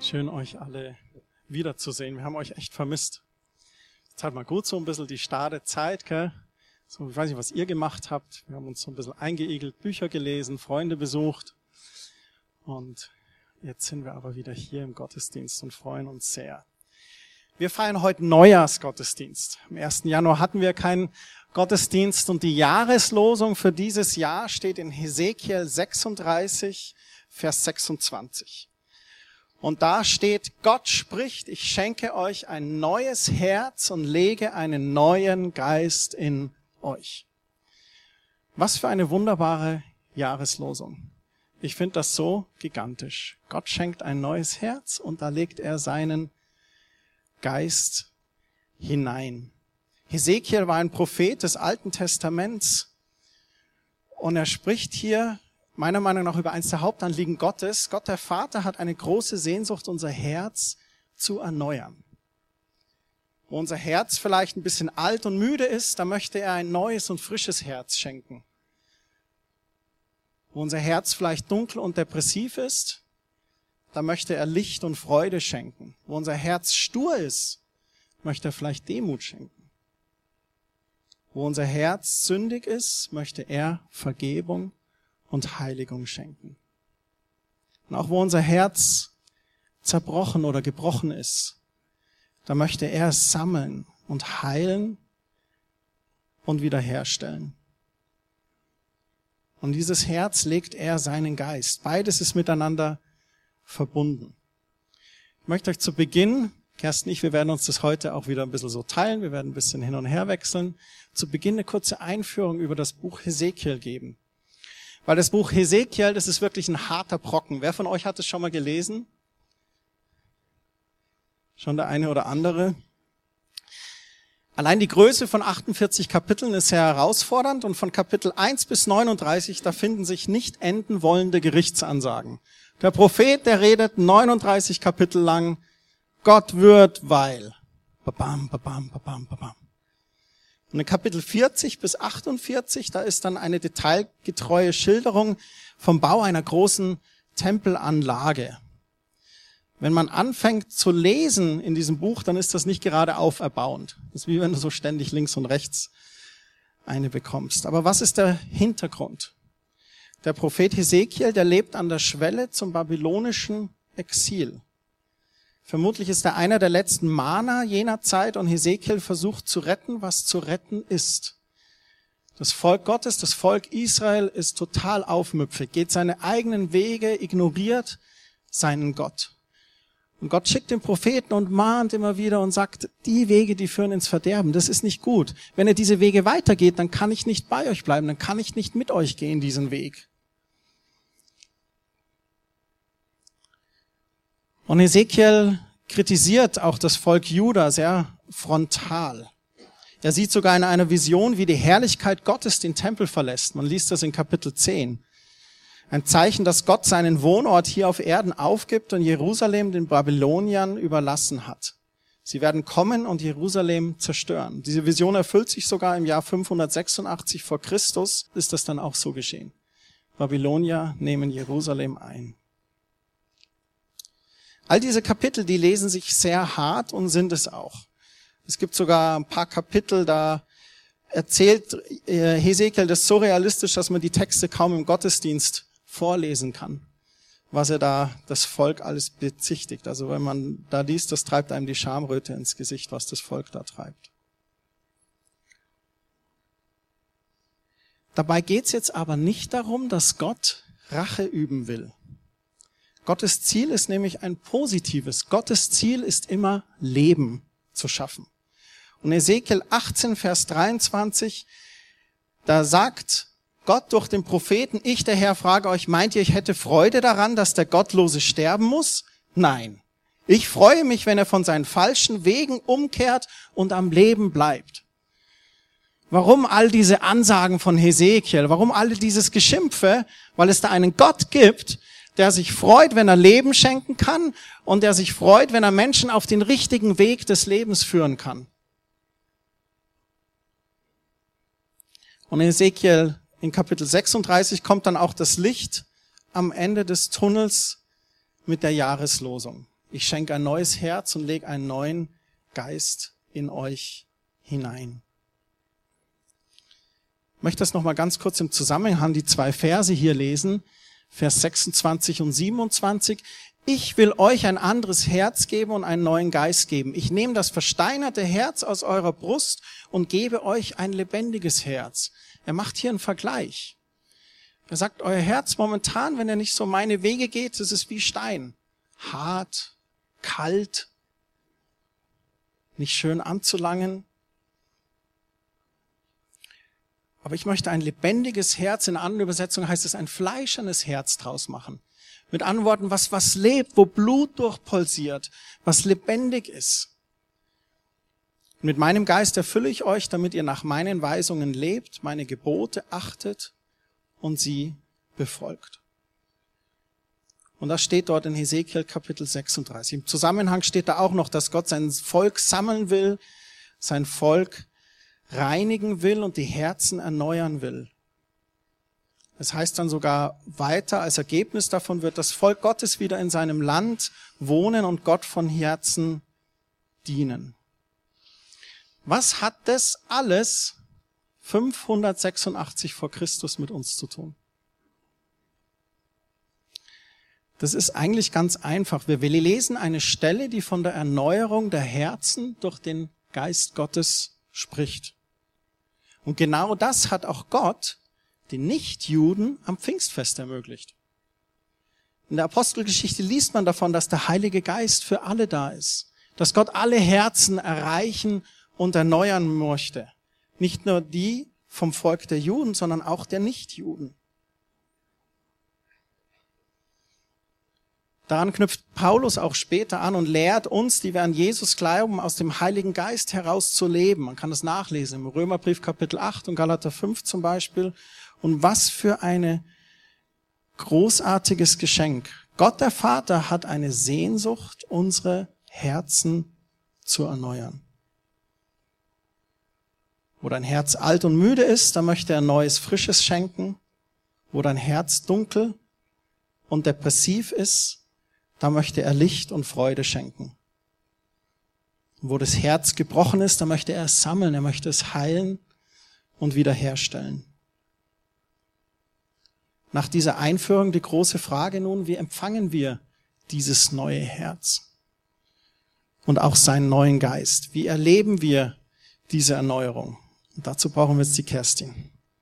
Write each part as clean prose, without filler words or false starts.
Schön, euch alle wiederzusehen. Wir haben euch echt vermisst. Jetzt halt mal gut so ein bisschen die starre Zeit, gell? So, ich weiß nicht, was ihr gemacht habt. Wir haben uns so ein bisschen eingeigelt, Bücher gelesen, Freunde besucht. Und jetzt sind wir aber wieder hier im Gottesdienst und freuen uns sehr. Wir feiern heute Neujahrsgottesdienst. Am 1. Januar hatten wir keinen Gottesdienst und die Jahreslosung für dieses Jahr steht in Hesekiel 36, Vers 26. Und da steht, Gott spricht, ich schenke euch ein neues Herz und lege einen neuen Geist in euch. Was für eine wunderbare Jahreslosung. Ich finde das so gigantisch. Gott schenkt ein neues Herz und da legt er seinen Geist hinein. Hesekiel war ein Prophet des Alten Testaments und er spricht hier meiner Meinung nach über eines der Hauptanliegen Gottes. Gott, der Vater, hat eine große Sehnsucht, unser Herz zu erneuern. Wo unser Herz vielleicht ein bisschen alt und müde ist, da möchte er ein neues und frisches Herz schenken. Wo unser Herz vielleicht dunkel und depressiv ist, da möchte er Licht und Freude schenken. Wo unser Herz stur ist, möchte er vielleicht Demut schenken. Wo unser Herz sündig ist, möchte er Vergebung und Heiligung schenken. Und auch wo unser Herz zerbrochen oder gebrochen ist, da möchte er es sammeln und heilen und wiederherstellen. Und dieses Herz legt er seinen Geist. Beides ist miteinander verbunden. Ich möchte euch zu Beginn, Kerstin und ich, wir werden uns das heute auch wieder ein bisschen so teilen, wir werden ein bisschen hin und her wechseln, zu Beginn eine kurze Einführung über das Buch Hesekiel geben. Weil das Buch Hesekiel, das ist wirklich ein harter Brocken. Wer von euch hat es schon mal gelesen? Schon der eine oder andere. Allein die Größe von 48 Kapiteln ist sehr herausfordernd und von Kapitel 1 bis 39, da finden sich nicht enden wollende Gerichtsansagen. Der Prophet, der redet 39 Kapitel lang, Gott wird, weil. Babam, babam, babam, babam. Und in Kapitel 40 bis 48, da ist dann eine detailgetreue Schilderung vom Bau einer großen Tempelanlage. Wenn man anfängt zu lesen in diesem Buch, dann ist das nicht gerade auferbauend. Das ist wie wenn du so ständig links und rechts eine bekommst. Aber was ist der Hintergrund? Der Prophet Hesekiel, der lebt an der Schwelle zum babylonischen Exil. Vermutlich ist er einer der letzten Mahner jener Zeit und Hesekiel versucht zu retten, was zu retten ist. Das Volk Gottes, das Volk Israel ist total aufmüpfig, geht seine eigenen Wege, ignoriert seinen Gott. Und Gott schickt den Propheten und mahnt immer wieder und sagt, die Wege, die führen ins Verderben, das ist nicht gut. Wenn ihr diese Wege weitergeht, dann kann ich nicht bei euch bleiben, dann kann ich nicht mit euch gehen, diesen Weg. Und Hesekiel kritisiert auch das Volk Juda sehr frontal. Er sieht sogar in einer Vision, wie die Herrlichkeit Gottes den Tempel verlässt. Man liest das in Kapitel 10. Ein Zeichen, dass Gott seinen Wohnort hier auf Erden aufgibt und Jerusalem den Babyloniern überlassen hat. Sie werden kommen und Jerusalem zerstören. Diese Vision erfüllt sich sogar im Jahr 586 vor Christus, ist das dann auch so geschehen. Babylonier nehmen Jerusalem ein. All diese Kapitel, die lesen sich sehr hart und sind es auch. Es gibt sogar ein paar Kapitel, da erzählt Hesekiel das so realistisch, dass man die Texte kaum im Gottesdienst vorlesen kann, was er da das Volk alles bezichtigt. Also wenn man da liest, das treibt einem die Schamröte ins Gesicht, was das Volk da treibt. Dabei geht's jetzt aber nicht darum, dass Gott Rache üben will. Gottes Ziel ist nämlich ein positives. Gottes Ziel ist immer Leben zu schaffen. Und Hesekiel 18, Vers 23, da sagt Gott durch den Propheten, ich, der Herr, frage euch, meint ihr, ich hätte Freude daran, dass der Gottlose sterben muss? Nein. Ich freue mich, wenn er von seinen falschen Wegen umkehrt und am Leben bleibt. Warum all diese Ansagen von Hesekiel? Warum all dieses Geschimpfe? Weil es da einen Gott gibt, der sich freut, wenn er Leben schenken kann und der sich freut, wenn er Menschen auf den richtigen Weg des Lebens führen kann. Und in Hesekiel in Kapitel 36 kommt dann auch das Licht am Ende des Tunnels mit der Jahreslosung. Ich schenke ein neues Herz und lege einen neuen Geist in euch hinein. Ich möchte das nochmal ganz kurz im Zusammenhang, die 2 Verse hier lesen, Vers 26 und 27. Ich will euch ein anderes Herz geben und einen neuen Geist geben. Ich nehme das versteinerte Herz aus eurer Brust und gebe euch ein lebendiges Herz. Er macht hier einen Vergleich. Er sagt, euer Herz momentan, wenn er nicht so meine Wege geht, das ist wie Stein. Hart, kalt, nicht schön anzulangen. Aber ich möchte ein lebendiges Herz, in anderen Übersetzungen heißt es ein fleischernes Herz draus machen. Mit anderen Worten, was lebt, wo Blut durchpulsiert, was lebendig ist. Und mit meinem Geist erfülle ich euch, damit ihr nach meinen Weisungen lebt, meine Gebote achtet und sie befolgt. Und das steht dort in Hesekiel Kapitel 36. Im Zusammenhang steht da auch noch, dass Gott sein Volk sammeln will, sein Volk reinigen will und die Herzen erneuern will. Das heißt dann sogar weiter, als Ergebnis davon wird das Volk Gottes wieder in seinem Land wohnen und Gott von Herzen dienen. Was hat das alles 586 vor Christus mit uns zu tun? Das ist eigentlich ganz einfach. Wir lesen eine Stelle, die von der Erneuerung der Herzen durch den Geist Gottes spricht. Und genau das hat auch Gott den Nichtjuden am Pfingstfest ermöglicht. In der Apostelgeschichte liest man davon, dass der Heilige Geist für alle da ist. Dass Gott alle Herzen erreichen und erneuern möchte. Nicht nur die vom Volk der Juden, sondern auch der Nichtjuden. Daran knüpft Paulus auch später an und lehrt uns, die wir an Jesus glauben, aus dem Heiligen Geist heraus zu leben. Man kann das nachlesen im Römerbrief Kapitel 8 und Galater 5 zum Beispiel. Und was für ein großartiges Geschenk. Gott der Vater hat eine Sehnsucht, unsere Herzen zu erneuern. Wo dein Herz alt und müde ist, da möchte er neues, frisches schenken. Wo dein Herz dunkel und depressiv ist, da möchte er Licht und Freude schenken. Und wo das Herz gebrochen ist, da möchte er es sammeln, er möchte es heilen und wiederherstellen. Nach dieser Einführung die große Frage nun, wie empfangen wir dieses neue Herz und auch seinen neuen Geist? Wie erleben wir diese Erneuerung? Und dazu brauchen wir jetzt die Kerstin.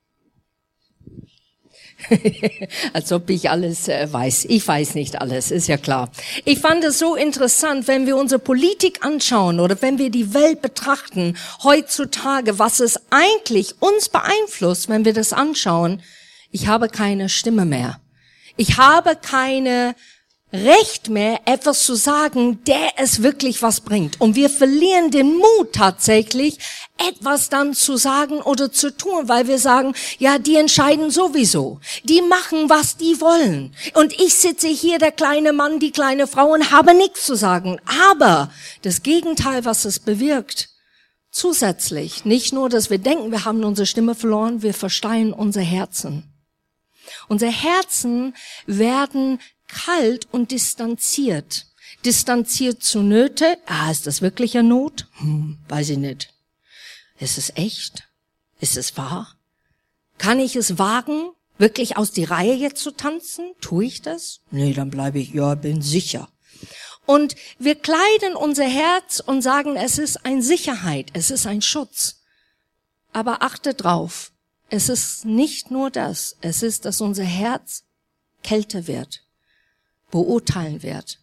Als ob ich alles weiß. Ich weiß nicht alles, ist ja klar. Ich fand es so interessant, wenn wir unsere Politik anschauen oder wenn wir die Welt betrachten, heutzutage, was es eigentlich uns beeinflusst, wenn wir das anschauen. Ich habe keine Stimme mehr. Ich habe keine Recht mehr, etwas zu sagen, der es wirklich was bringt. Und wir verlieren den Mut tatsächlich, etwas dann zu sagen oder zu tun, weil wir sagen, ja, die entscheiden sowieso. Die machen, was die wollen. Und ich sitze hier, der kleine Mann, die kleine Frau, und habe nichts zu sagen. Aber das Gegenteil, was es bewirkt, zusätzlich, nicht nur, dass wir denken, wir haben unsere Stimme verloren, wir versteilen unser Herzen. Unsere Herzen werden kalt und distanziert. Distanziert zu Nöte. Ist das wirklich eine Not? Weiß ich nicht. Ist es echt? Ist es wahr? Kann ich es wagen, wirklich aus die Reihe jetzt zu tanzen? Tue ich das? Nee, dann bleibe ich, bin sicher. Und wir kleiden unser Herz und sagen, es ist eine Sicherheit, es ist ein Schutz. Aber achte drauf, es ist nicht nur das, es ist, dass unser Herz kälter wird, beurteilen wird.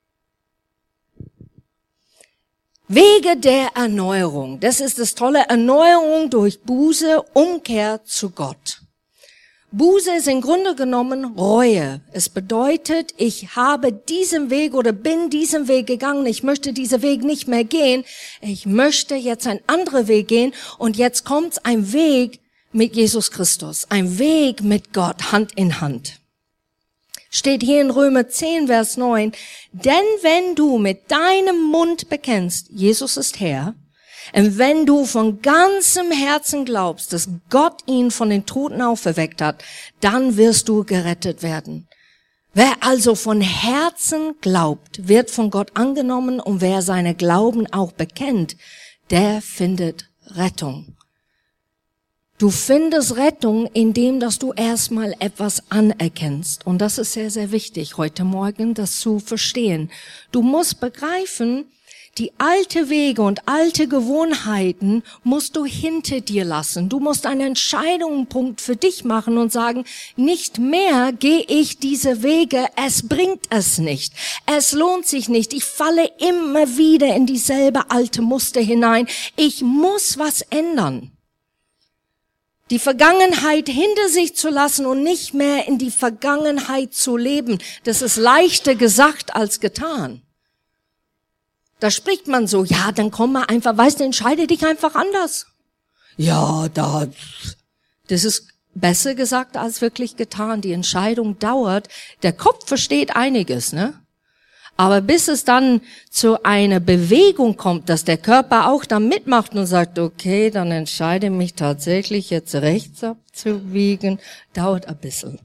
Wege der Erneuerung, das ist das Tolle, Erneuerung durch Buße, Umkehr zu Gott. Buße ist im Grunde genommen Reue. Es bedeutet, ich habe diesen Weg oder bin diesen Weg gegangen, ich möchte diesen Weg nicht mehr gehen, ich möchte jetzt einen anderen Weg gehen und jetzt kommt ein Weg mit Jesus Christus, ein Weg mit Gott, Hand in Hand. Steht hier in Römer 10, Vers 9, denn wenn du mit deinem Mund bekennst, Jesus ist Herr, und wenn du von ganzem Herzen glaubst, dass Gott ihn von den Toten auferweckt hat, dann wirst du gerettet werden. Wer also von Herzen glaubt, wird von Gott angenommen, und wer seine Glauben auch bekennt, der findet Rettung. Du findest Rettung, indem dass du erstmal etwas anerkennst. Und das ist sehr, sehr wichtig, heute Morgen das zu verstehen. Du musst begreifen, die alte Wege und alte Gewohnheiten musst du hinter dir lassen. Du musst einen Entscheidungspunkt für dich machen und sagen, nicht mehr gehe ich diese Wege, es bringt es nicht. Es lohnt sich nicht. Ich falle immer wieder in dieselbe alte Muster hinein. Ich muss was ändern. Die Vergangenheit hinter sich zu lassen und nicht mehr in die Vergangenheit zu leben, das ist leichter gesagt als getan. Da spricht man so, ja, dann komm mal einfach, weißt du, entscheide dich einfach anders. Ja, das ist besser gesagt als wirklich getan. Die Entscheidung dauert. Der Kopf versteht einiges, ne? Aber bis es dann zu einer Bewegung kommt, dass der Körper auch da mitmacht und sagt, okay, dann entscheide mich tatsächlich jetzt rechts abzubiegen, dauert ein bisschen.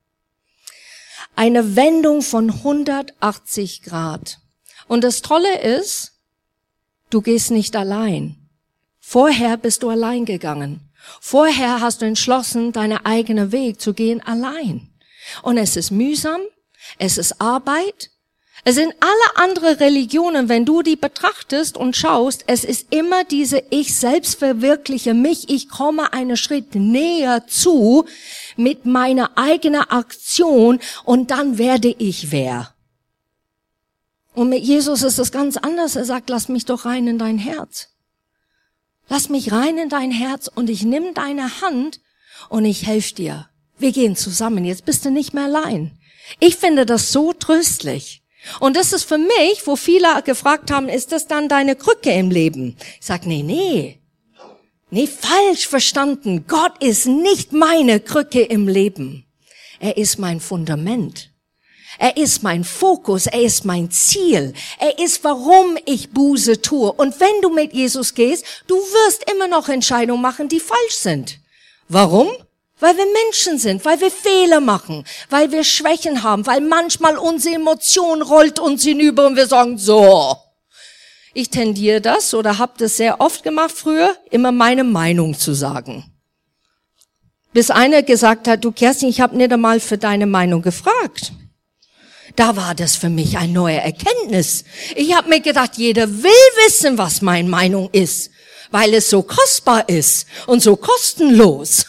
Eine Wendung von 180 Grad. Und das Tolle ist, du gehst nicht allein. Vorher bist du allein gegangen. Vorher hast du entschlossen, deinen eigenen Weg zu gehen allein. Und es ist mühsam, es ist Arbeit. Es sind alle anderen Religionen, wenn du die betrachtest und schaust, es ist immer diese ich selbst verwirkliche mich, ich komme einen Schritt näher zu mit meiner eigenen Aktion und dann werde ich wer. Und mit Jesus ist es ganz anders. Er sagt, lass mich doch rein in dein Herz. Lass mich rein in dein Herz und ich nehme deine Hand und ich helfe dir. Wir gehen zusammen, jetzt bist du nicht mehr allein. Ich finde das so tröstlich. Und das ist für mich, wo viele gefragt haben, ist das dann deine Krücke im Leben? Ich sag, nee, falsch verstanden. Gott ist nicht meine Krücke im Leben. Er ist mein Fundament. Er ist mein Fokus, er ist mein Ziel. Er ist, warum ich Buße tue. Und wenn du mit Jesus gehst, du wirst immer noch Entscheidungen machen, die falsch sind. Warum? Weil wir Menschen sind, weil wir Fehler machen, weil wir Schwächen haben, weil manchmal unsere Emotion rollt uns hinüber und wir sagen, so. Ich tendiere das oder habe das sehr oft gemacht früher, immer meine Meinung zu sagen. Bis einer gesagt hat, du Kerstin, ich habe nicht einmal für deine Meinung gefragt. Da war das für mich eine neue Erkenntnis. Ich habe mir gedacht, jeder will wissen, was meine Meinung ist, weil es so kostbar ist und so kostenlos.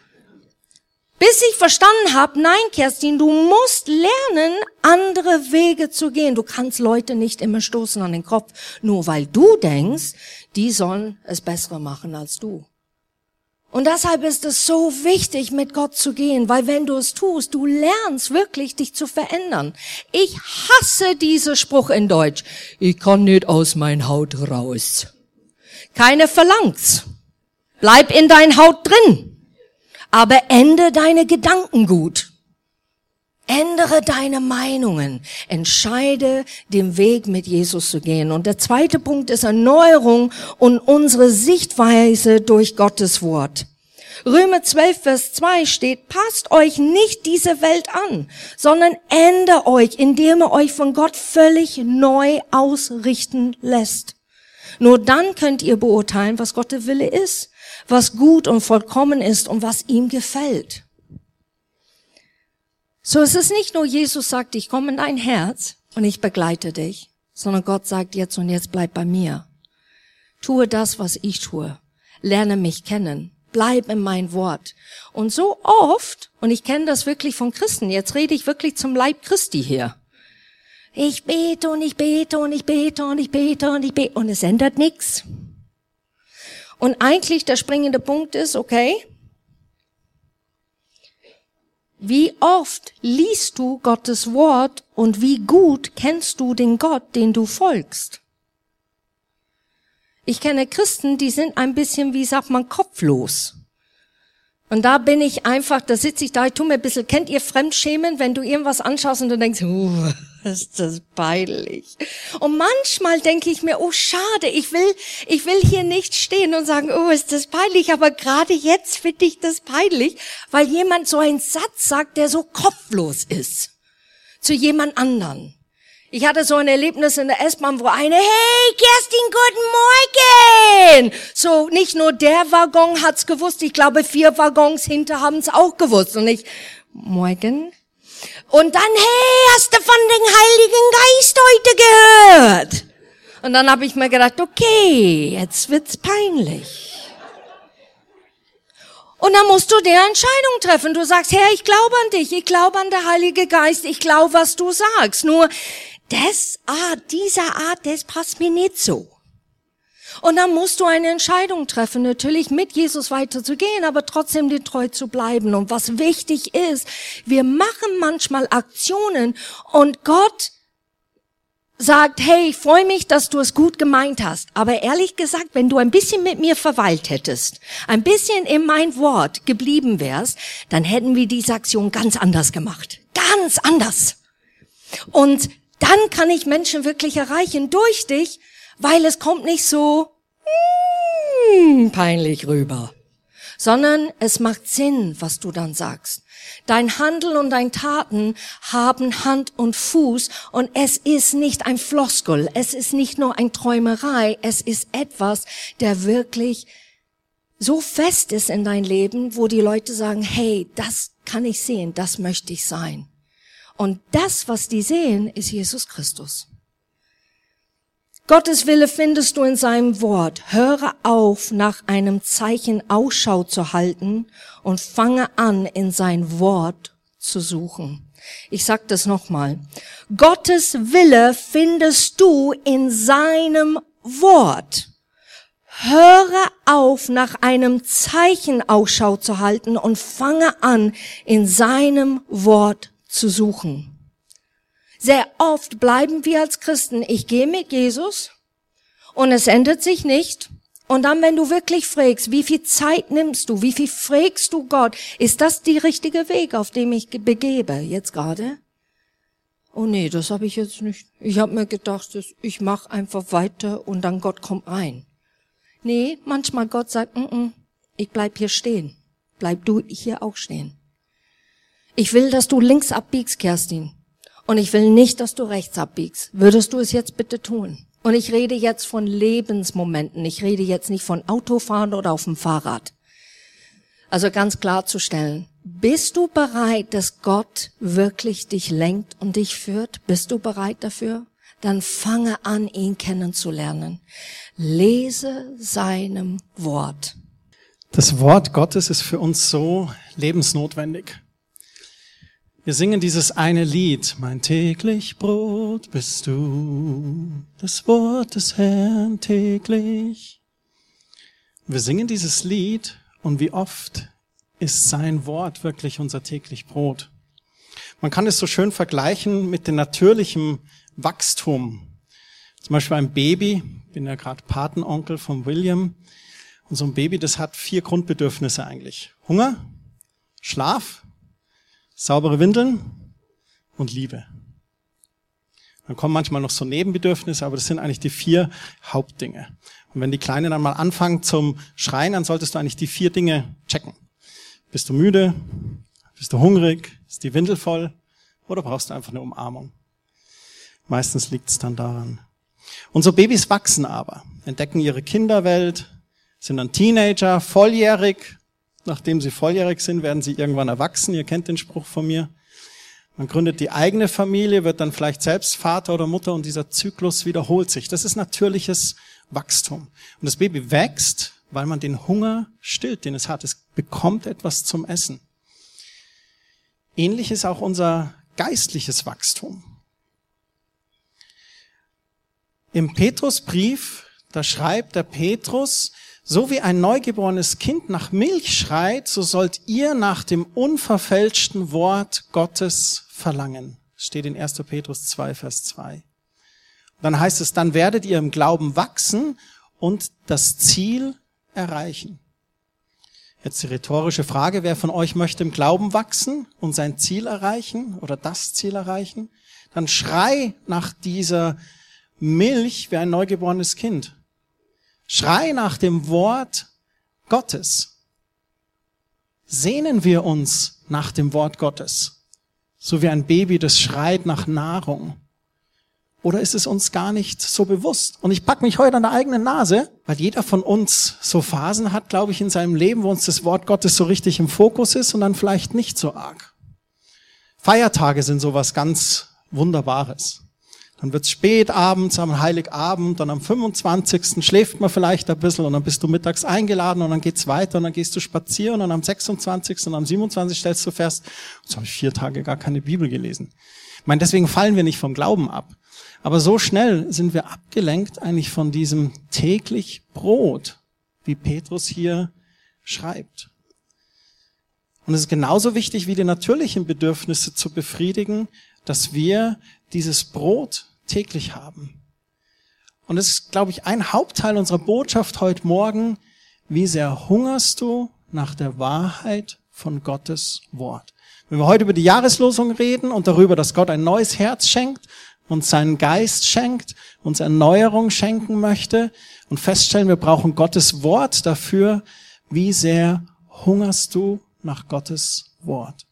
Bis ich verstanden habe, nein, Kerstin, du musst lernen, andere Wege zu gehen. Du kannst Leute nicht immer stoßen an den Kopf, nur weil du denkst, die sollen es besser machen als du. Und deshalb ist es so wichtig, mit Gott zu gehen, weil wenn du es tust, du lernst wirklich, dich zu verändern. Ich hasse diesen Spruch in Deutsch. Ich kann nicht aus mein Haut raus. Keiner verlangt's. Bleib in dein Haut drin. Aber ändere deine Gedanken gut. Ändere deine Meinungen. Entscheide, den Weg mit Jesus zu gehen. Und der zweite Punkt ist Erneuerung und unsere Sichtweise durch Gottes Wort. Römer 12, Vers 2 steht, passt euch nicht diese Welt an, sondern ändert euch, indem ihr euch von Gott völlig neu ausrichten lässt. Nur dann könnt ihr beurteilen, was Gottes Wille ist, was gut und vollkommen ist und was ihm gefällt. So, es ist nicht nur, Jesus sagt, ich komme in dein Herz und ich begleite dich, sondern Gott sagt jetzt und jetzt bleib bei mir. Tue das, was ich tue. Lerne mich kennen. Bleib in mein Wort. Und so oft, und ich kenne das wirklich von Christen, jetzt rede ich wirklich zum Leib Christi hier. Ich bete und ich bete und ich bete und ich bete und ich bete und es ändert nichts. Und eigentlich der springende Punkt ist, okay, wie oft liest du Gottes Wort und wie gut kennst du den Gott, den du folgst? Ich kenne Christen, die sind ein bisschen, wie sagt man, kopflos. Und da bin ich einfach, da sitze ich da, ich tue mir ein bisschen, kennt ihr Fremdschämen, wenn du irgendwas anschaust und du denkst, ist das peinlich. Und manchmal denke ich mir, oh schade, ich will hier nicht stehen und sagen, oh ist das peinlich, aber gerade jetzt finde ich das peinlich, weil jemand so einen Satz sagt, der so kopflos ist. zu jemand anderen. Ich hatte so ein Erlebnis in der S-Bahn, wo eine, hey Kerstin, guten Morgen! So, nicht nur der Waggon hat's gewusst, ich glaube 4 Waggons hinter haben's auch gewusst. Und ich, Morgen? Und dann, hey, hast du von dem Heiligen Geist heute gehört? Und dann habe ich mir gedacht, okay, jetzt wird's peinlich. Und dann musst du der Entscheidung treffen. Du sagst, Herr, ich glaube an dich, ich glaube an den Heiligen Geist, ich glaube, was du sagst. Nur dieser Art, das passt mir nicht so. Und dann musst du eine Entscheidung treffen, natürlich mit Jesus weiterzugehen, aber trotzdem dir treu zu bleiben. Und was wichtig ist, wir machen manchmal Aktionen und Gott sagt, hey, ich freue mich, dass du es gut gemeint hast. Aber ehrlich gesagt, wenn du ein bisschen mit mir verweilt hättest, ein bisschen in mein Wort geblieben wärst, dann hätten wir diese Aktion ganz anders gemacht. Ganz anders. Und dann kann ich Menschen wirklich erreichen durch dich, weil es kommt nicht so peinlich rüber, sondern es macht Sinn, was du dann sagst. Dein Handeln und dein Taten haben Hand und Fuß und es ist nicht ein Floskel, es ist nicht nur ein Träumerei, es ist etwas, der wirklich so fest ist in dein Leben, wo die Leute sagen, hey, das kann ich sehen, das möchte ich sein. Und das, was die sehen, ist Jesus Christus. Gottes Wille findest du in seinem Wort. Höre auf, nach einem Zeichen Ausschau zu halten und fange an, in sein Wort zu suchen. Ich sag das nochmal. Gottes Wille findest du in seinem Wort. Höre auf, nach einem Zeichen Ausschau zu halten und fange an, in seinem Wort zu suchen. Sehr oft bleiben wir als Christen, ich gehe mit Jesus und es ändert sich nicht. Und dann, wenn du wirklich fragst, wie viel Zeit nimmst du, wie viel fragst du Gott, ist das der richtige Weg, auf dem ich begebe jetzt gerade? Oh nee, das habe ich jetzt nicht. Ich habe mir gedacht, ich mache einfach weiter und dann Gott kommt rein. Nee, manchmal Gott sagt, ich bleib hier stehen. Bleib du hier auch stehen. Ich will, dass du links abbiegst, Kerstin. Und ich will nicht, dass du rechts abbiegst. Würdest du es jetzt bitte tun? Und ich rede jetzt von Lebensmomenten. Ich rede jetzt nicht von Autofahren oder auf dem Fahrrad. Also ganz klarzustellen. Bist du bereit, dass Gott wirklich dich lenkt und dich führt? Bist du bereit dafür? Dann fange an, ihn kennenzulernen. Lese seinem Wort. Das Wort Gottes ist für uns so lebensnotwendig. Wir singen dieses eine Lied, mein täglich Brot bist du, das Wort des Herrn täglich. Wir singen dieses Lied und wie oft ist sein Wort wirklich unser täglich Brot? Man kann es so schön vergleichen mit dem natürlichen Wachstum. Zum Beispiel ein Baby, ich bin ja gerade Patenonkel von William, und so ein Baby, das hat 4 Grundbedürfnisse eigentlich. Hunger, Schlaf, saubere Windeln und Liebe. Dann kommen manchmal noch so Nebenbedürfnisse, aber das sind eigentlich die 4 Hauptdinge. Und wenn die Kleinen dann mal anfangen zum Schreien, dann solltest du eigentlich die 4 Dinge checken. Bist du müde? Bist du hungrig? Ist die Windel voll? Oder brauchst du einfach eine Umarmung? Meistens liegt es dann daran. Und so Babys wachsen aber, entdecken ihre Kinderwelt, sind dann Teenager, volljährig. Nachdem sie volljährig sind, werden sie irgendwann erwachsen. Ihr kennt den Spruch von mir. Man gründet die eigene Familie, wird dann vielleicht selbst Vater oder Mutter und dieser Zyklus wiederholt sich. Das ist natürliches Wachstum. Und das Baby wächst, weil man den Hunger stillt, den es hat. Es bekommt etwas zum Essen. Ähnlich ist auch unser geistliches Wachstum. Im Petrusbrief, da schreibt der Petrus, so wie ein neugeborenes Kind nach Milch schreit, so sollt ihr nach dem unverfälschten Wort Gottes verlangen. Das steht in 1. Petrus 2, Vers 2. Und dann heißt es, dann werdet ihr im Glauben wachsen und das Ziel erreichen. Jetzt die rhetorische Frage, wer von euch möchte im Glauben wachsen und sein Ziel erreichen oder das Ziel erreichen? Dann schrei nach dieser Milch wie ein neugeborenes Kind. Schrei nach dem Wort Gottes. Sehnen wir uns nach dem Wort Gottes? So wie ein Baby, das schreit nach Nahrung. Oder ist es uns gar nicht so bewusst? Und ich packe mich heute an der eigenen Nase, weil jeder von uns so Phasen hat, glaube ich, in seinem Leben, wo uns das Wort Gottes so richtig im Fokus ist und dann vielleicht nicht so arg. Feiertage sind sowas ganz Wunderbares. Dann wird's spät abends, am Heiligabend, dann am 25. schläft man vielleicht ein bisschen und dann bist du mittags eingeladen und dann geht's weiter und dann gehst du spazieren und am 26. und am 27. stellst du fest, jetzt habe ich 4 Tage gar keine Bibel gelesen. Ich meine, deswegen fallen wir nicht vom Glauben ab. Aber so schnell sind wir abgelenkt eigentlich von diesem täglich Brot, wie Petrus hier schreibt. Und es ist genauso wichtig, wie die natürlichen Bedürfnisse zu befriedigen, dass wir dieses Brot täglich haben. Und es ist, glaube ich, ein Hauptteil unserer Botschaft heute Morgen, wie sehr hungerst du nach der Wahrheit von Gottes Wort. Wenn wir heute über die Jahreslosung reden und darüber, dass Gott ein neues Herz schenkt, uns seinen Geist schenkt, uns Erneuerung schenken möchte und feststellen, wir brauchen Gottes Wort dafür, wie sehr hungerst du nach Gottes Wort.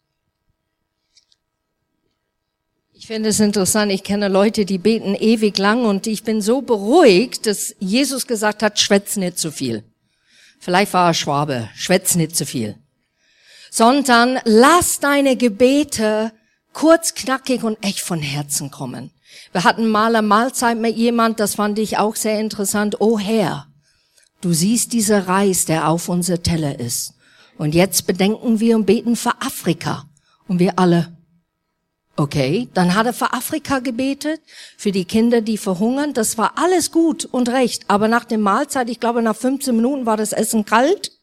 Ich finde es interessant, ich kenne Leute, die beten ewig lang und ich bin so beruhigt, dass Jesus gesagt hat, schwätz nicht zu viel. Vielleicht war er Schwabe, schwätz nicht zu viel. Sondern lass deine Gebete kurz, knackig und echt von Herzen kommen. Wir hatten mal eine Mahlzeit mit jemand, das fand ich auch sehr interessant. Oh Herr, du siehst dieser Reis, der auf unser Teller ist. Und jetzt bedenken wir und beten für Afrika. Und wir alle, okay, dann hat er für Afrika gebetet, für die Kinder, die verhungern. Das war alles gut und recht. Aber nach der Mahlzeit, ich glaube nach 15 Minuten war das Essen kalt.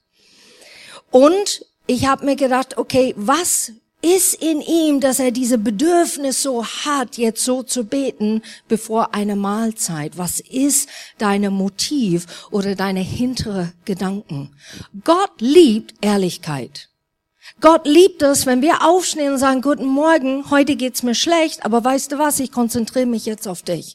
Und ich habe mir gedacht, okay, was ist in ihm, dass er diese Bedürfnis so hat, jetzt so zu beten, bevor eine Mahlzeit? Was ist deine Motiv oder deine hintere Gedanken? Gott liebt Ehrlichkeit. Gott liebt es, wenn wir aufstehen und sagen, guten Morgen, heute geht's mir schlecht, aber weißt du was, ich konzentriere mich jetzt auf dich.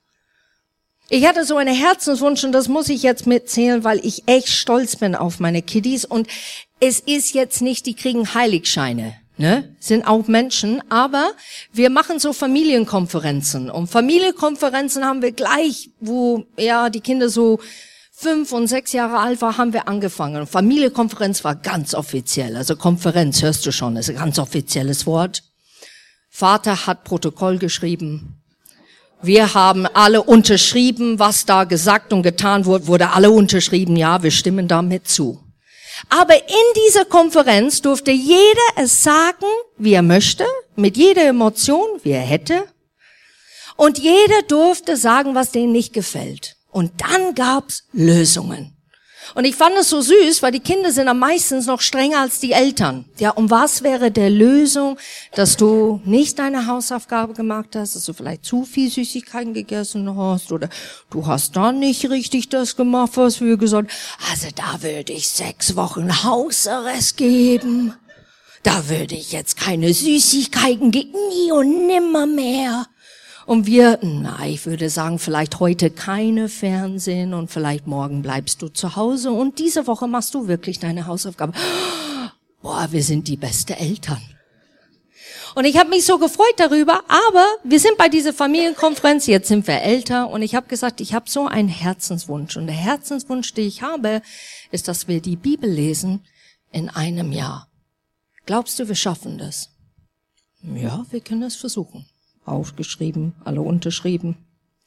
Ich hatte so einen Herzenswunsch und das muss ich jetzt mitzählen, weil ich echt stolz bin auf meine Kiddies und es ist jetzt nicht, die kriegen Heiligscheine. Ne, sind auch Menschen, aber wir machen so Familienkonferenzen. Und Familienkonferenzen haben wir gleich, wo ja die Kinder so 5 und 6 Jahre alt waren, haben wir angefangen. Und Familienkonferenz war ganz offiziell. Also Konferenz, hörst du schon, ist ein ganz offizielles Wort. Vater hat Protokoll geschrieben. Wir haben alle unterschrieben, was da gesagt und getan wurde, wurde alle unterschrieben. Ja, wir stimmen damit zu. Aber in dieser Konferenz durfte jeder es sagen, wie er möchte, mit jeder Emotion, wie er hätte. Und jeder durfte sagen, was denen nicht gefällt. Und dann gab's Lösungen. Und ich fand es so süß, weil die Kinder sind am meisten noch strenger als die Eltern. Ja, und was wäre der Lösung, dass du nicht deine Hausaufgabe gemacht hast, dass du vielleicht zu viel Süßigkeiten gegessen hast oder du hast da nicht richtig das gemacht, was wir gesagt haben. Also da würde ich 6 Wochen Hausarrest geben. Da würde ich jetzt keine Süßigkeiten geben, nie und nimmer mehr. Und wir, ich würde sagen, vielleicht heute keine Fernsehen und vielleicht morgen bleibst du zu Hause und diese Woche machst du wirklich deine Hausaufgabe. Boah, wir sind die beste Eltern. Und ich habe mich so gefreut darüber, aber wir sind bei dieser Familienkonferenz, jetzt sind wir älter und ich habe gesagt, ich habe so einen Herzenswunsch. Und der Herzenswunsch, den ich habe, ist, dass wir die Bibel lesen in einem Jahr. Glaubst du, wir schaffen das? Ja, wir können das versuchen. Aufgeschrieben, alle unterschrieben.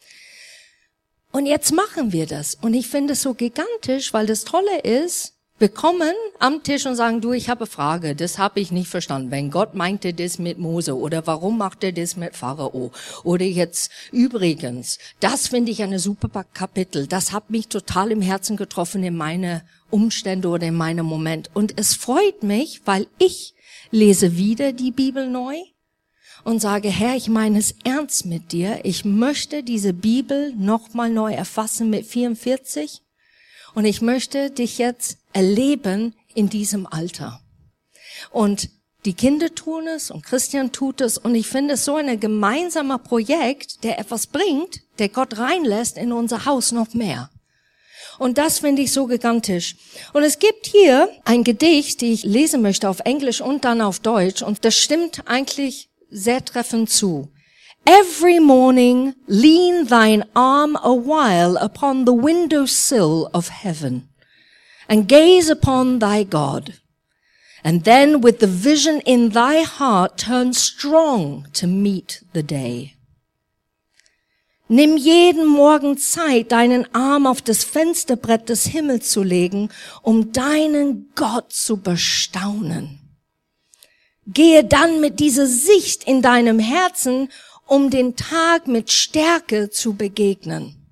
Und jetzt machen wir das. Und ich finde es so gigantisch, weil das Tolle ist, wir kommen am Tisch und sagen, du, ich habe eine Frage, das habe ich nicht verstanden. Wenn Gott meinte das mit Mose oder warum macht er das mit Pharao? Oder jetzt übrigens, das finde ich eine super Kapitel. Das hat mich total im Herzen getroffen in meine Umstände oder in meinem Moment. Und es freut mich, weil ich lese wieder die Bibel neu. Und sage, Herr, ich meine es ernst mit dir. Ich möchte diese Bibel nochmal neu erfassen mit 44. Und ich möchte dich jetzt erleben in diesem Alter. Und die Kinder tun es und Christian tut es. Und ich finde es so ein gemeinsamer Projekt, der etwas bringt, der Gott reinlässt in unser Haus noch mehr. Und das finde ich so gigantisch. Und es gibt hier ein Gedicht, die ich lesen möchte auf Englisch und dann auf Deutsch. Und das stimmt eigentlich sehr treffend zu. Every morning lean thine arm a while upon the windowsill of heaven and gaze upon thy God. And then with the vision in thy heart turn strong to meet the day. Nimm jeden Morgen Zeit, deinen Arm auf das Fensterbrett des Himmels zu legen, um deinen Gott zu bestaunen. Gehe dann mit dieser Sicht in deinem Herzen, um den Tag mit Stärke zu begegnen.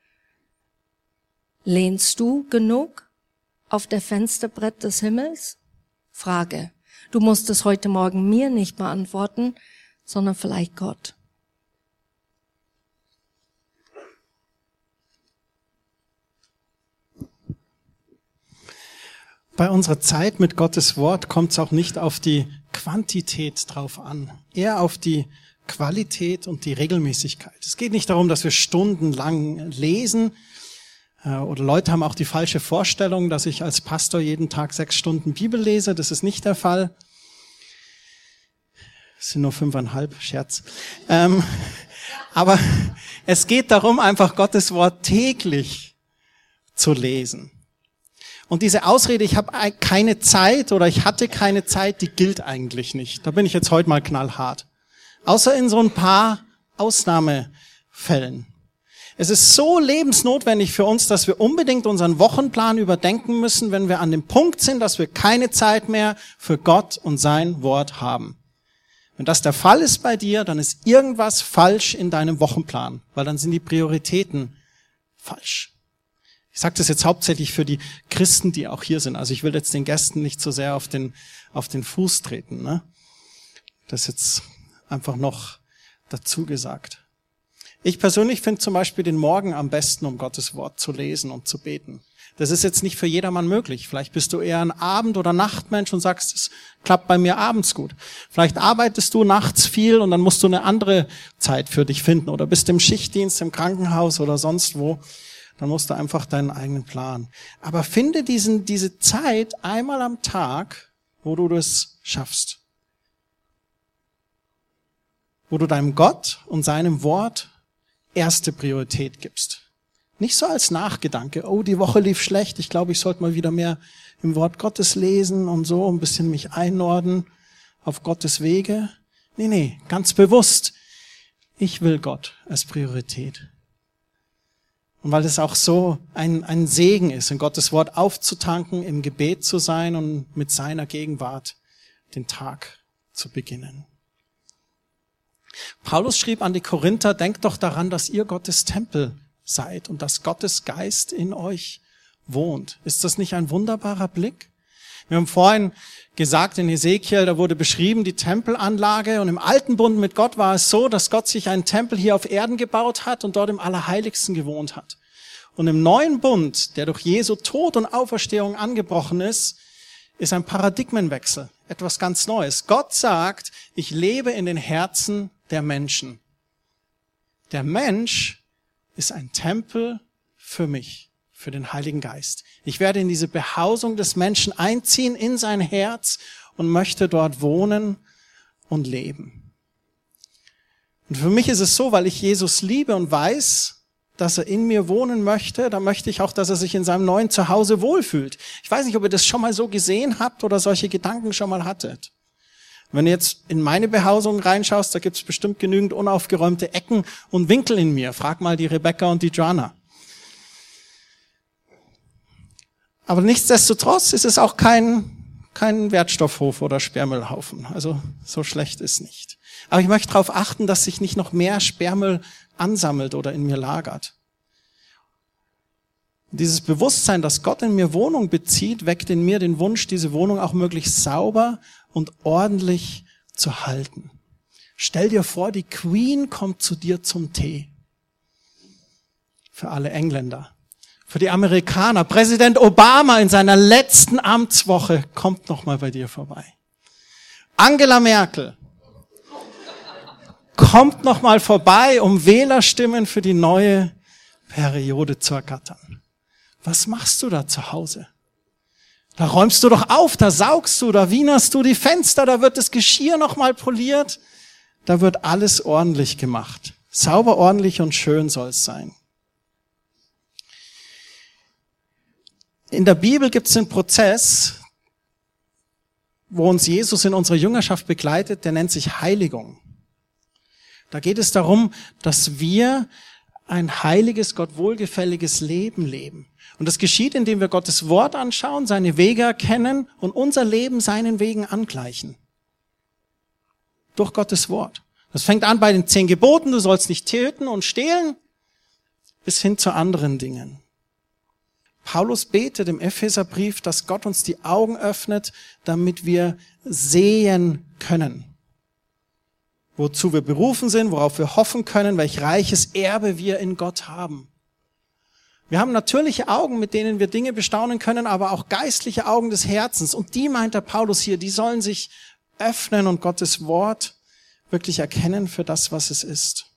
Lehnst du genug auf der Fensterbrett des Himmels? Frage. Du musst es heute Morgen mir nicht beantworten, sondern vielleicht Gott. Bei unserer Zeit mit Gottes Wort kommt es auch nicht auf die Quantität drauf an, eher auf die Qualität und die Regelmäßigkeit. Es geht nicht darum, dass wir stundenlang lesen, oder Leute haben auch die falsche Vorstellung, dass ich als Pastor jeden Tag 6 Stunden Bibel lese. Das ist nicht der Fall. Es sind nur 5,5, Scherz. Aber es geht darum, einfach Gottes Wort täglich zu lesen. Und diese Ausrede, ich habe keine Zeit oder ich hatte keine Zeit, die gilt eigentlich nicht. Da bin ich jetzt heute mal knallhart. Außer in so ein paar Ausnahmefällen. Es ist so lebensnotwendig für uns, dass wir unbedingt unseren Wochenplan überdenken müssen, wenn wir an dem Punkt sind, dass wir keine Zeit mehr für Gott und sein Wort haben. Wenn das der Fall ist bei dir, dann ist irgendwas falsch in deinem Wochenplan, weil dann sind die Prioritäten falsch. Ich sage das jetzt hauptsächlich für die Christen, die auch hier sind. Also ich will jetzt den Gästen nicht so sehr auf den Fuß treten, ne? Das ist jetzt einfach noch dazu gesagt. Ich persönlich finde zum Beispiel den Morgen am besten, um Gottes Wort zu lesen und zu beten. Das ist jetzt nicht für jedermann möglich. Vielleicht bist du eher ein Abend- oder Nachtmensch und sagst, es klappt bei mir abends gut. Vielleicht arbeitest du nachts viel und dann musst du eine andere Zeit für dich finden. Oder bist im Schichtdienst, im Krankenhaus oder sonst wo. Dann musst du einfach deinen eigenen Plan. Aber finde diese Zeit einmal am Tag, wo du das schaffst. Wo du deinem Gott und seinem Wort erste Priorität gibst. Nicht so als Nachgedanke, oh, die Woche lief schlecht, ich glaube, ich sollte mal wieder mehr im Wort Gottes lesen und so, ein bisschen mich einnorden auf Gottes Wege. Nee, ganz bewusst, ich will Gott als Priorität. Und weil es auch so ein Segen ist, in Gottes Wort aufzutanken, im Gebet zu sein und mit seiner Gegenwart den Tag zu beginnen. Paulus schrieb an die Korinther, denkt doch daran, dass ihr Gottes Tempel seid und dass Gottes Geist in euch wohnt. Ist das nicht ein wunderbarer Blick? Wir haben vorhin gesagt in Hesekiel, da wurde beschrieben die Tempelanlage und im alten Bund mit Gott war es so, dass Gott sich einen Tempel hier auf Erden gebaut hat und dort im Allerheiligsten gewohnt hat. Und im neuen Bund, der durch Jesu Tod und Auferstehung angebrochen ist ein Paradigmenwechsel, etwas ganz Neues. Gott sagt, ich lebe in den Herzen der Menschen. Der Mensch ist ein Tempel für mich, für den Heiligen Geist. Ich werde in diese Behausung des Menschen einziehen, in sein Herz und möchte dort wohnen und leben. Und für mich ist es so, weil ich Jesus liebe und weiß, dass er in mir wohnen möchte, da möchte ich auch, dass er sich in seinem neuen Zuhause wohlfühlt. Ich weiß nicht, ob ihr das schon mal so gesehen habt oder solche Gedanken schon mal hattet. Wenn du jetzt in meine Behausung reinschaust, da gibt es bestimmt genügend unaufgeräumte Ecken und Winkel in mir. Frag mal die Rebecca und die Joanna. Aber nichtsdestotrotz ist es auch kein Wertstoffhof oder Sperrmüllhaufen. Also so schlecht ist nicht. Aber ich möchte darauf achten, dass sich nicht noch mehr Sperrmüll ansammelt oder in mir lagert. Dieses Bewusstsein, dass Gott in mir Wohnung bezieht, weckt in mir den Wunsch, diese Wohnung auch möglichst sauber und ordentlich zu halten. Stell dir vor, die Queen kommt zu dir zum Tee. Für alle Engländer. Für die Amerikaner. Präsident Obama in seiner letzten Amtswoche kommt noch mal bei dir vorbei. Angela Merkel kommt noch mal vorbei, um Wählerstimmen für die neue Periode zu ergattern. Was machst du da zu Hause? Da räumst du doch auf, da saugst du, da wienerst du die Fenster, da wird das Geschirr noch mal poliert. da wird alles ordentlich gemacht. Sauber, ordentlich und schön soll es sein. In der Bibel gibt es einen Prozess, wo uns Jesus in unserer Jüngerschaft begleitet, der nennt sich Heiligung. Da geht es darum, dass wir ein heiliges, Gott wohlgefälliges Leben leben. Und das geschieht, indem wir Gottes Wort anschauen, seine Wege erkennen und unser Leben seinen Wegen angleichen. Durch Gottes Wort. Das fängt an bei den 10 Geboten, du sollst nicht töten und stehlen, bis hin zu anderen Dingen. Paulus betet im Epheserbrief, dass Gott uns die Augen öffnet, damit wir sehen können. Wozu wir berufen sind, worauf wir hoffen können, welch reiches Erbe wir in Gott haben. Wir haben natürliche Augen, mit denen wir Dinge bestaunen können, aber auch geistliche Augen des Herzens. Und die meint der Paulus hier, die sollen sich öffnen und Gottes Wort wirklich erkennen für das, was es ist.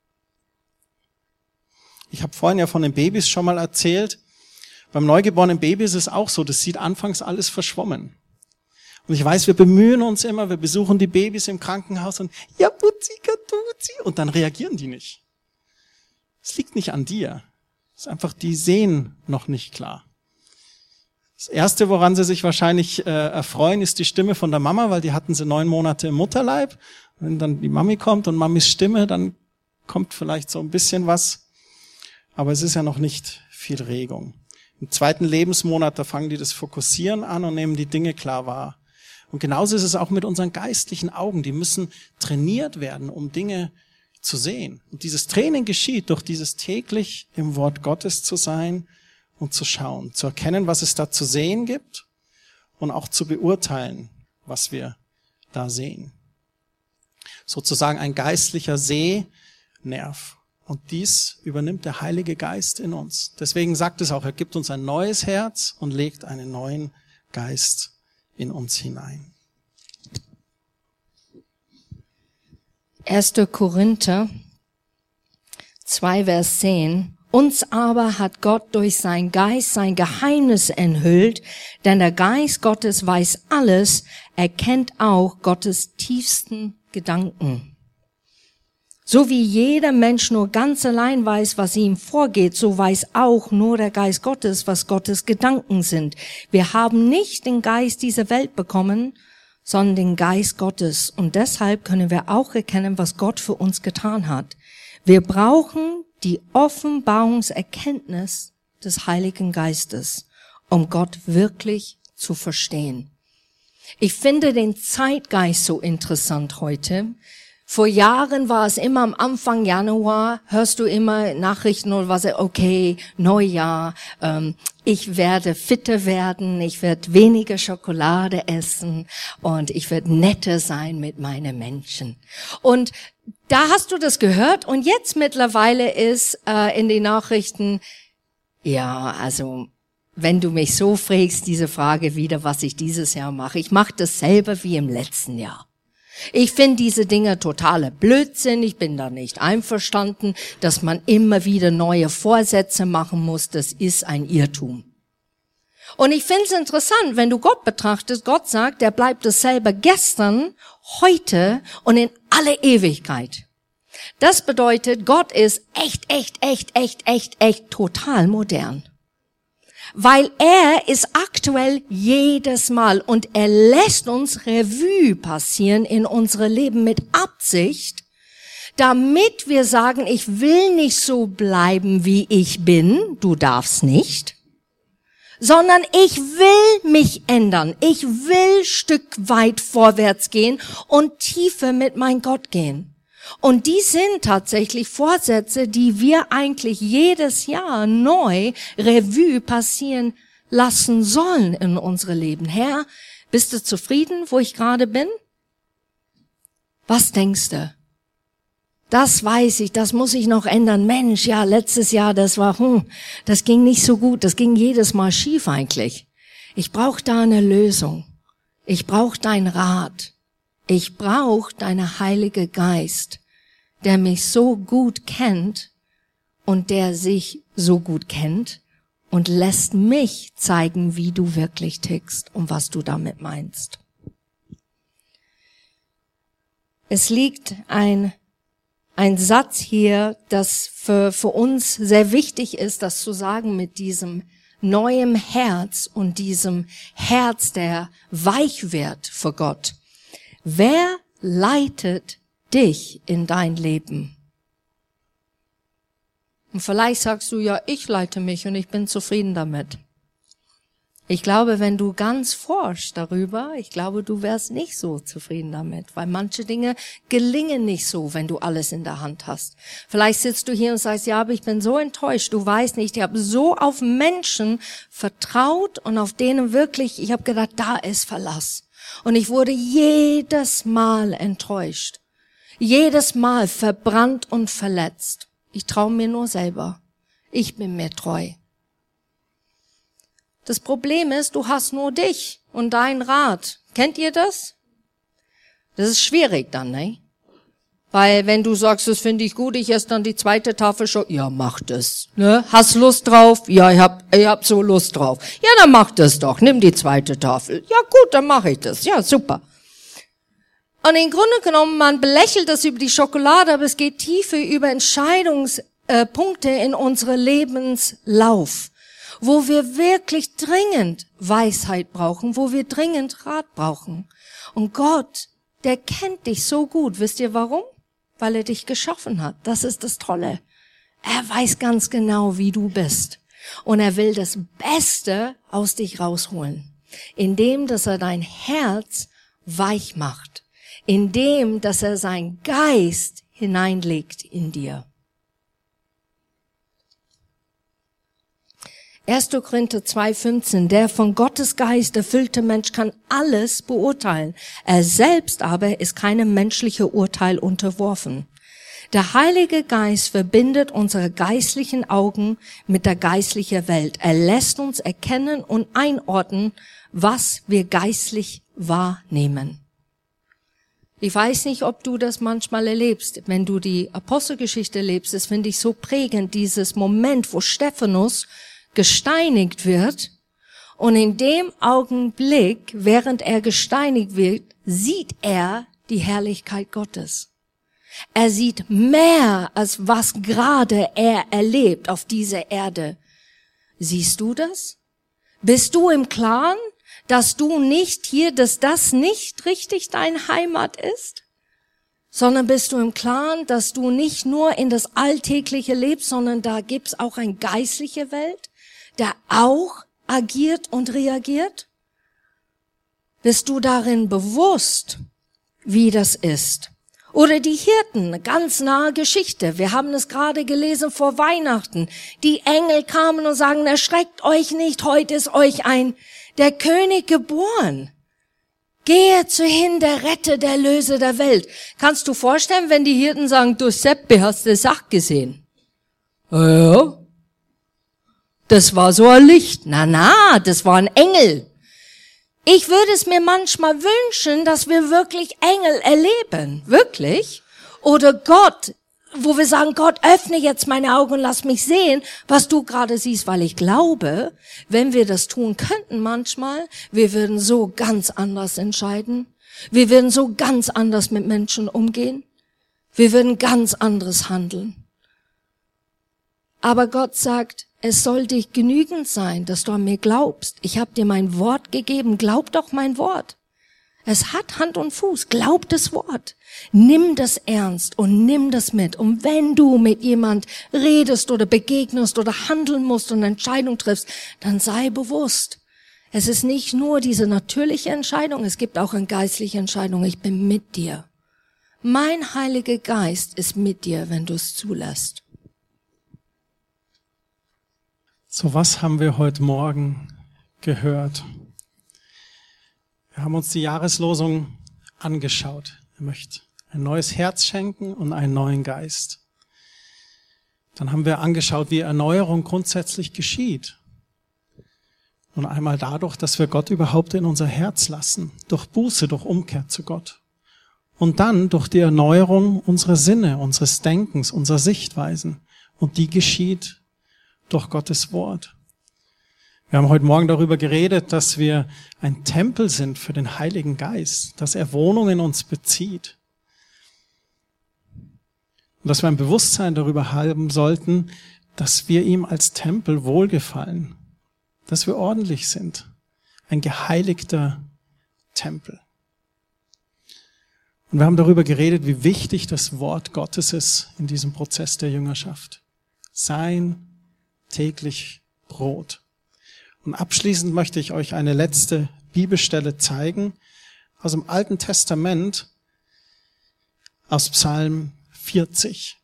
Ich habe vorhin ja von den Babys schon mal erzählt. Beim neugeborenen Baby ist es auch so, das sieht anfangs alles verschwommen. Und ich weiß, wir bemühen uns immer, wir besuchen die Babys im Krankenhaus und ja, Putzi, Katutzi, und dann reagieren die nicht. Es liegt nicht an dir. Es ist einfach, die sehen noch nicht klar. Das Erste, woran sie sich wahrscheinlich erfreuen, ist die Stimme von der Mama, weil die hatten sie 9 Monate im Mutterleib. Wenn dann die Mami kommt und Mamis Stimme, dann kommt vielleicht so ein bisschen was. Aber es ist ja noch nicht viel Regung. Im 2. Lebensmonat, da fangen die das Fokussieren an und nehmen die Dinge klar wahr. Und genauso ist es auch mit unseren geistlichen Augen. Die müssen trainiert werden, um Dinge zu sehen. Und dieses Training geschieht durch dieses täglich im Wort Gottes zu sein und zu schauen, zu erkennen, was es da zu sehen gibt und auch zu beurteilen, was wir da sehen. Sozusagen ein geistlicher Sehnerv. Und dies übernimmt der Heilige Geist in uns. Deswegen sagt es auch, er gibt uns ein neues Herz und legt einen neuen Geist in uns hinein. 1. Korinther 2, Vers 10. Uns aber hat Gott durch sein Geist sein Geheimnis enthüllt, denn der Geist Gottes weiß alles, er kennt auch Gottes tiefsten Gedanken. So wie jeder Mensch nur ganz allein weiß, was ihm vorgeht, so weiß auch nur der Geist Gottes, was Gottes Gedanken sind. Wir haben nicht den Geist dieser Welt bekommen, sondern den Geist Gottes. Und deshalb können wir auch erkennen, was Gott für uns getan hat. Wir brauchen die Offenbarungserkenntnis des Heiligen Geistes, um Gott wirklich zu verstehen. Ich finde den Zeitgeist so interessant heute. Vor Jahren war es immer am Anfang Januar, hörst du immer Nachrichten oder was, okay, Neujahr, ich werde fitter werden, ich werde weniger Schokolade essen und ich werde netter sein mit meinen Menschen. Und da hast du das gehört und jetzt mittlerweile ist in den Nachrichten, ja, also wenn du mich so fragst, diese Frage wieder, was ich dieses Jahr mache, ich mache dasselbe wie im letzten Jahr. Ich finde diese Dinge totale Blödsinn. Ich bin da nicht einverstanden, dass man immer wieder neue Vorsätze machen muss. Das ist ein Irrtum. Und ich finde es interessant, wenn du Gott betrachtest. Gott sagt, er bleibt dasselbe gestern, heute und in alle Ewigkeit. Das bedeutet, Gott ist echt total modern. Weil er ist aktuell jedes Mal und er lässt uns Revue passieren in unsere Leben mit Absicht, damit wir sagen, ich will nicht so bleiben, wie ich bin, du darfst nicht, sondern ich will mich ändern, ich will Stück weit vorwärts gehen und tiefer mit mein Gott gehen. Und die sind tatsächlich Vorsätze, die wir eigentlich jedes Jahr neu Revue passieren lassen sollen in unsere Leben. Herr, bist du zufrieden, wo ich gerade bin? Was denkst du? Das weiß ich, das muss ich noch ändern. Mensch, ja, letztes Jahr, das ging nicht so gut, das ging jedes Mal schief eigentlich. Ich brauche da eine Lösung. Ich brauche deinen Rat. Ich brauche deinen Heiligen Geist, der mich so gut kennt und der sich so gut kennt und lässt mich zeigen, wie du wirklich tickst und was du damit meinst. Es liegt ein Satz hier, das für uns sehr wichtig ist, das zu sagen mit diesem neuem Herz und diesem Herz, der weich wird für Gott. Wer leitet dich in dein Leben? Und vielleicht sagst du, ja, ich leite mich und ich bin zufrieden damit. Ich glaube, wenn du ganz forschst darüber, ich glaube, du wärst nicht so zufrieden damit, weil manche Dinge gelingen nicht so, wenn du alles in der Hand hast. Vielleicht sitzt du hier und sagst, ja, aber ich bin so enttäuscht, du weißt nicht, ich habe so auf Menschen vertraut und auf denen wirklich, ich habe gedacht, da ist Verlass. Und ich wurde jedes Mal enttäuscht, jedes Mal verbrannt und verletzt. Ich traue mir nur selber, ich bin mir treu. Das Problem ist, du hast nur dich und dein Rat. Kennt ihr das? Das ist schwierig dann, ne? Weil wenn du sagst, das finde ich gut, ich esse dann die zweite Tafel schon, ja, mach das. Ne? Hast Lust drauf? Ja, ich hab so Lust drauf. Ja, dann mach das doch, nimm die zweite Tafel. Ja gut, dann mache ich das. Ja, super. Und im Grunde genommen, man belächelt das über die Schokolade, aber es geht tiefer über Entscheidungspunkte in unserem Lebenslauf, wo wir wirklich dringend Weisheit brauchen, wo wir dringend Rat brauchen. Und Gott, der kennt dich so gut. Wisst ihr warum? Weil er dich geschaffen hat. Das ist das Tolle. Er weiß ganz genau, wie du bist. Und er will das Beste aus dich rausholen, indem, dass er dein Herz weich macht, indem, dass er seinen Geist hineinlegt in dir. 1. Korinther 2,15, der von Gottes Geist erfüllte Mensch kann alles beurteilen. Er selbst aber ist keinem menschlichen Urteil unterworfen. Der Heilige Geist verbindet unsere geistlichen Augen mit der geistlichen Welt. Er lässt uns erkennen und einordnen, was wir geistlich wahrnehmen. Ich weiß nicht, ob du das manchmal erlebst. Wenn du die Apostelgeschichte lebst, das finde ich so prägend, dieses Moment, wo Stephanus gesteinigt wird und in dem Augenblick, während er gesteinigt wird, sieht er die Herrlichkeit Gottes. Er sieht mehr, als was gerade er erlebt auf dieser Erde. Siehst du das? Bist du im Klaren, dass du nicht hier, dass das nicht richtig dein Heimat ist? Sondern bist du im Klaren, dass du nicht nur in das Alltägliche lebst, sondern da gibt's auch eine geistliche Welt, der auch agiert und reagiert? Bist du darin bewusst, wie das ist? Oder die Hirten, eine ganz nahe Geschichte. Wir haben es gerade gelesen vor Weihnachten. Die Engel kamen und sagen, erschreckt euch nicht, heute ist euch der König geboren. Gehe zu hin, der Retter, der Löser der Welt. Kannst du vorstellen, wenn die Hirten sagen, du Seppi, hast du Sach gesehen? Ja. Das war so ein Licht. Na, das war ein Engel. Ich würde es mir manchmal wünschen, dass wir wirklich Engel erleben. Wirklich. Oder Gott, wo wir sagen, Gott, öffne jetzt meine Augen und lass mich sehen, was du gerade siehst, weil ich glaube, wenn wir das tun könnten manchmal, wir würden so ganz anders entscheiden. Wir würden so ganz anders mit Menschen umgehen. Wir würden ganz anderes handeln. Aber Gott sagt, es soll dich genügend sein, dass du an mir glaubst. Ich habe dir mein Wort gegeben. Glaub doch mein Wort. Es hat Hand und Fuß. Glaub das Wort. Nimm das ernst und nimm das mit. Und wenn du mit jemand redest oder begegnest oder handeln musst und eine Entscheidung triffst, dann sei bewusst. Es ist nicht nur diese natürliche Entscheidung, es gibt auch eine geistliche Entscheidung. Ich bin mit dir. Mein Heiliger Geist ist mit dir, wenn du es zulässt. So, was haben wir heute Morgen gehört? Wir haben uns die Jahreslosung angeschaut. Er möchte ein neues Herz schenken und einen neuen Geist. Dann haben wir angeschaut, wie Erneuerung grundsätzlich geschieht. Und einmal dadurch, dass wir Gott überhaupt in unser Herz lassen, durch Buße, durch Umkehr zu Gott. Und dann durch die Erneuerung unserer Sinne, unseres Denkens, unserer Sichtweisen. Und die geschieht durch Gottes Wort. Wir haben heute Morgen darüber geredet, dass wir ein Tempel sind für den Heiligen Geist, dass er Wohnung in uns bezieht. Und dass wir ein Bewusstsein darüber haben sollten, dass wir ihm als Tempel wohlgefallen, dass wir ordentlich sind. Ein geheiligter Tempel. Und wir haben darüber geredet, wie wichtig das Wort Gottes ist in diesem Prozess der Jüngerschaft. Sein täglich Brot. Und abschließend möchte ich euch eine letzte Bibelstelle zeigen aus dem Alten Testament, aus Psalm 40.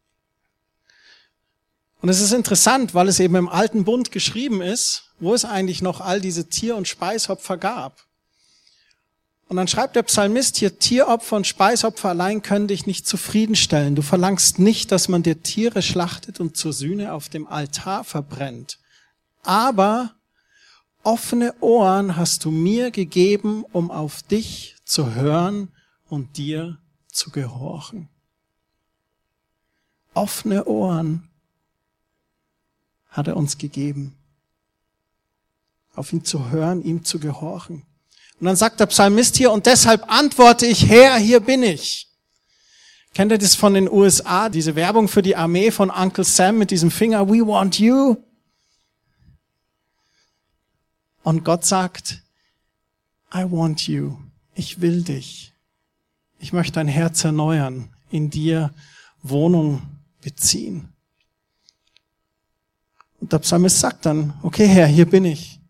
Und es ist interessant, weil es eben im Alten Bund geschrieben ist, wo es eigentlich noch all diese Tier- und Speisopfer gab. Und dann schreibt der Psalmist hier, Tieropfer und Speisopfer allein können dich nicht zufriedenstellen. Du verlangst nicht, dass man dir Tiere schlachtet und zur Sühne auf dem Altar verbrennt. Aber offene Ohren hast du mir gegeben, um auf dich zu hören und dir zu gehorchen. Offene Ohren hat er uns gegeben, auf ihn zu hören, ihm zu gehorchen. Und dann sagt der Psalmist hier, und deshalb antworte ich, Herr, hier bin ich. Kennt ihr das von den USA, diese Werbung für die Armee von Uncle Sam mit diesem Finger, we want you? Und Gott sagt, I want you, ich will dich. Ich möchte dein Herz erneuern, in dir Wohnung beziehen. Und der Psalmist sagt dann, okay Herr, hier bin ich.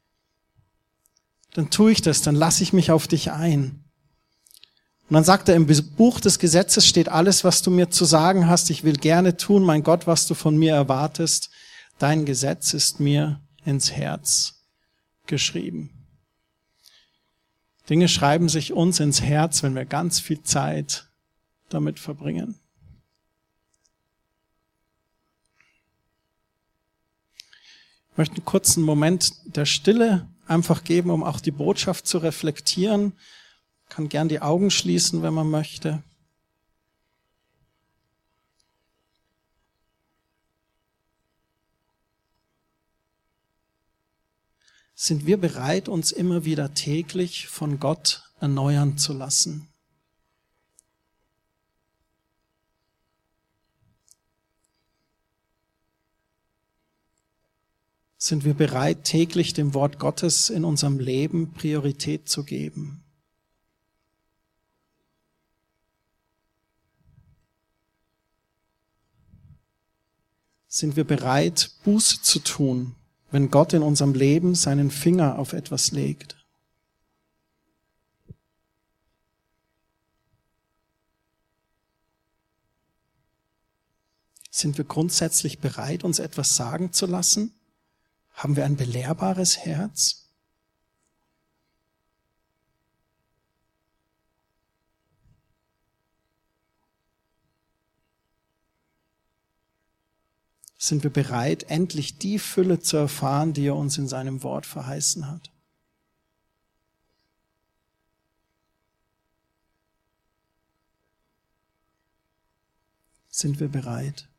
Dann tue ich das, dann lasse ich mich auf dich ein. Und dann sagt er, im Buch des Gesetzes steht alles, was du mir zu sagen hast. Ich will gerne tun, mein Gott, was du von mir erwartest. Dein Gesetz ist mir ins Herz geschrieben. Dinge schreiben sich uns ins Herz, wenn wir ganz viel Zeit damit verbringen. Ich möchte einen kurzen Moment der Stille einfach geben, um auch die Botschaft zu reflektieren. Man kann gern die Augen schließen, wenn man möchte. Sind wir bereit, uns immer wieder täglich von Gott erneuern zu lassen? Sind wir bereit, täglich dem Wort Gottes in unserem Leben Priorität zu geben? Sind wir bereit, Buße zu tun, wenn Gott in unserem Leben seinen Finger auf etwas legt? Sind wir grundsätzlich bereit, uns etwas sagen zu lassen? Haben wir ein belehrbares Herz? Sind wir bereit, endlich die Fülle zu erfahren, die er uns in seinem Wort verheißen hat? Sind wir bereit?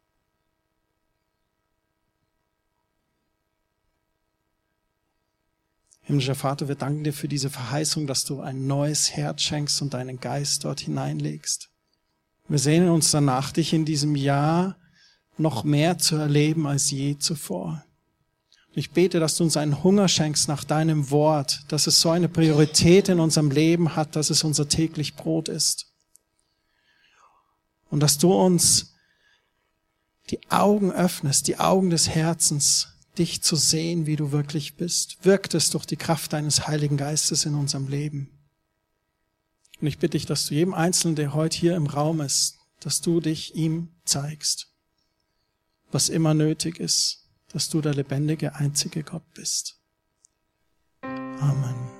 Himmlischer Vater, wir danken dir für diese Verheißung, dass du ein neues Herz schenkst und deinen Geist dort hineinlegst. Wir sehnen uns danach, dich in diesem Jahr noch mehr zu erleben als je zuvor. Ich bete, dass du uns einen Hunger schenkst nach deinem Wort, dass es so eine Priorität in unserem Leben hat, dass es unser täglich Brot ist. Und dass du uns die Augen öffnest, die Augen des Herzens, dich zu sehen, wie du wirklich bist. Wirkt es durch die Kraft deines Heiligen Geistes in unserem Leben. Und ich bitte dich, dass du jedem Einzelnen, der heute hier im Raum ist, dass du dich ihm zeigst, was immer nötig ist, dass du der lebendige, einzige Gott bist. Amen.